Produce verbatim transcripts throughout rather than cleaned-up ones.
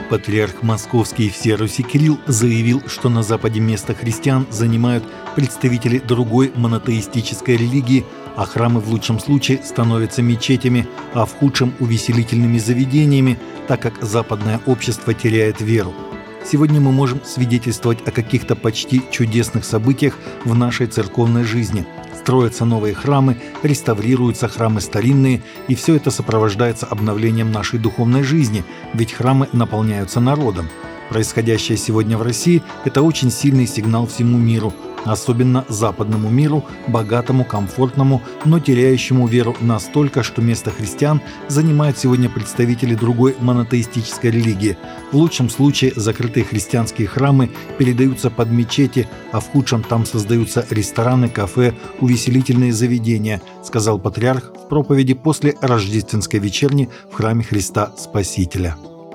Патриарх Московский и всея Руси Кирилл заявил, что на Западе место христиан занимают представители другой монотеистической религии, а храмы в лучшем случае становятся мечетями, а в худшем – увеселительными заведениями, так как западное общество теряет веру. Сегодня мы можем свидетельствовать о каких-то почти чудесных событиях в нашей церковной жизни. Строятся новые храмы, реставрируются храмы старинные, и все это сопровождается обновлением нашей духовной жизни, ведь храмы наполняются народом. Происходящее сегодня в России – это очень сильный сигнал всему миру, особенно западному миру, богатому, комфортному, но теряющему веру настолько, что место христиан занимают сегодня представители другой монотеистической религии. В лучшем случае закрытые христианские храмы передаются под мечети, а в худшем там создаются рестораны, кафе, увеселительные заведения, сказал патриарх в проповеди после рождественской вечерни в храме Христа Спасителя.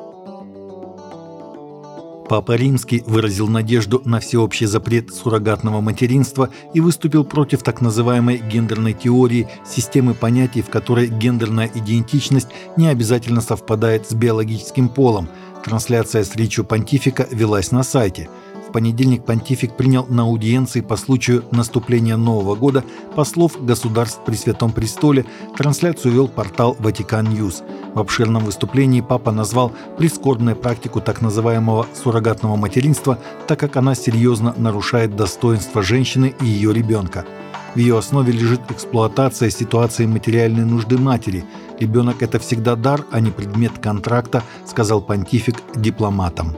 Папа Римский выразил надежду на всеобщий запрет суррогатного материнства и выступил против так называемой гендерной теории, системы понятий, в которой гендерная идентичность не обязательно совпадает с биологическим полом. Трансляция с речью понтифика велась на сайте. В понедельник понтифик принял на аудиенции по случаю наступления Нового года послов государств при Святом Престоле. Трансляцию вел портал Vatican News. В обширном выступлении папа назвал прискорбной практику так называемого суррогатного материнства, так как она серьезно нарушает достоинство женщины и ее ребенка. В ее основе лежит эксплуатация ситуации материальной нужды матери. Ребенок – это всегда дар, а не предмет контракта, сказал понтифик дипломатам.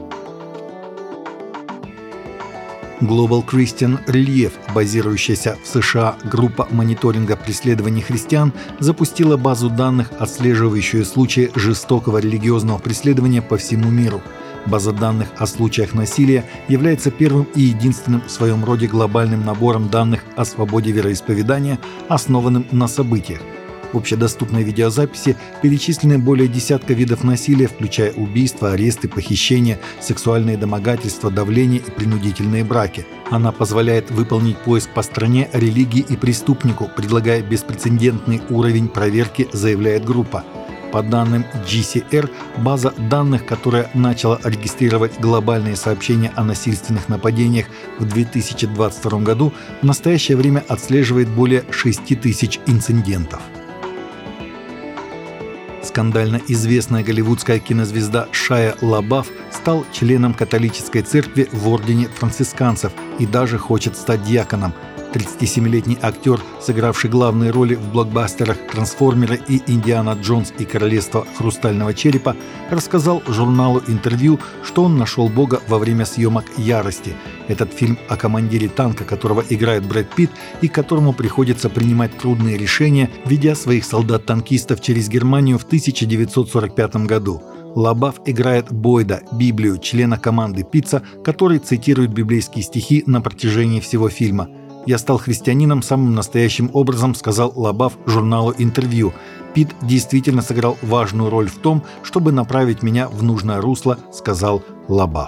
Global Christian Relief, базирующаяся в США группа мониторинга преследований христиан, запустила базу данных, отслеживающую случаи жестокого религиозного преследования по всему миру. База данных о случаях насилия является первым и единственным в своем роде глобальным набором данных о свободе вероисповедания, основанным на событиях. В общедоступной видеозаписи перечислены более десятка видов насилия, включая убийства, аресты, похищения, сексуальные домогательства, давление и принудительные браки. Она позволяет выполнить поиск по стране, религии и преступнику, предлагая беспрецедентный уровень проверки, заявляет группа. По данным джи си эр, база данных, которая начала регистрировать глобальные сообщения о насильственных нападениях в две тысячи двадцать втором году, в настоящее время отслеживает более шести тысяч инцидентов. Скандально известная голливудская кинозвезда Шайя Лабаф стал членом католической церкви в ордене францисканцев и даже хочет стать диаконом. тридцатисемилетний актер, сыгравший главные роли в блокбастерах «Трансформеры» и «Индиана Джонс и Королевство Хрустального Черепа», рассказал журналу «Интервью», что он нашел Бога во время съемок «Ярости». Этот фильм о командире танка, которого играет Брэд Питт, и которому приходится принимать трудные решения, ведя своих солдат-танкистов через Германию в тысяча девятьсот сорок пятом году. Лабаф играет Бойда, Библию, члена команды Питта, который цитирует библейские стихи на протяжении всего фильма. «Я стал христианином самым настоящим образом», — сказал Лабаф журналу «Интервью». «Питт действительно сыграл важную роль в том, чтобы направить меня в нужное русло», — сказал Лабаф.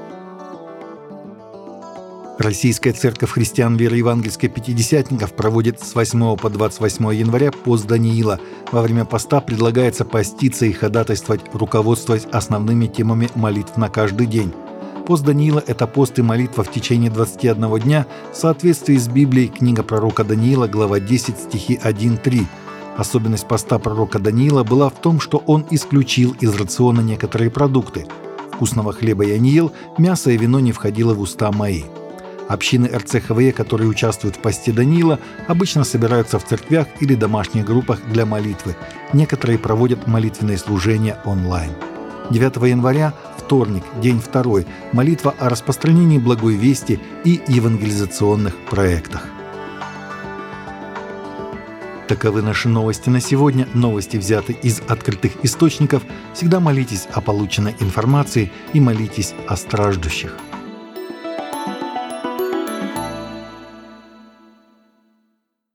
Российская церковь христиан веры евангельской пятидесятников проводит с восьмого по двадцать восьмое января пост Даниила. Во время поста предлагается поститься и ходатайствовать, руководствуясь основными темами молитв на каждый день. Пост Даниила – это пост и молитва в течение двадцати одного дня в соответствии с Библией, книга пророка Даниила, глава десять, стихи один-три. Особенность поста пророка Даниила была в том, что он исключил из рациона некоторые продукты. Вкусного хлеба я не ел, мясо и вино не входило в уста мои. Общины эр цэ ха вэ е, которые участвуют в посте Даниила, обычно собираются в церквях или домашних группах для молитвы. Некоторые проводят молитвенные служения онлайн. девятого января, вторник, день второй, молитва о распространении благой вести и евангелизационных проектах. Таковы наши новости на сегодня. Новости взяты из открытых источников. Всегда молитесь о полученной информации и молитесь о страждущих.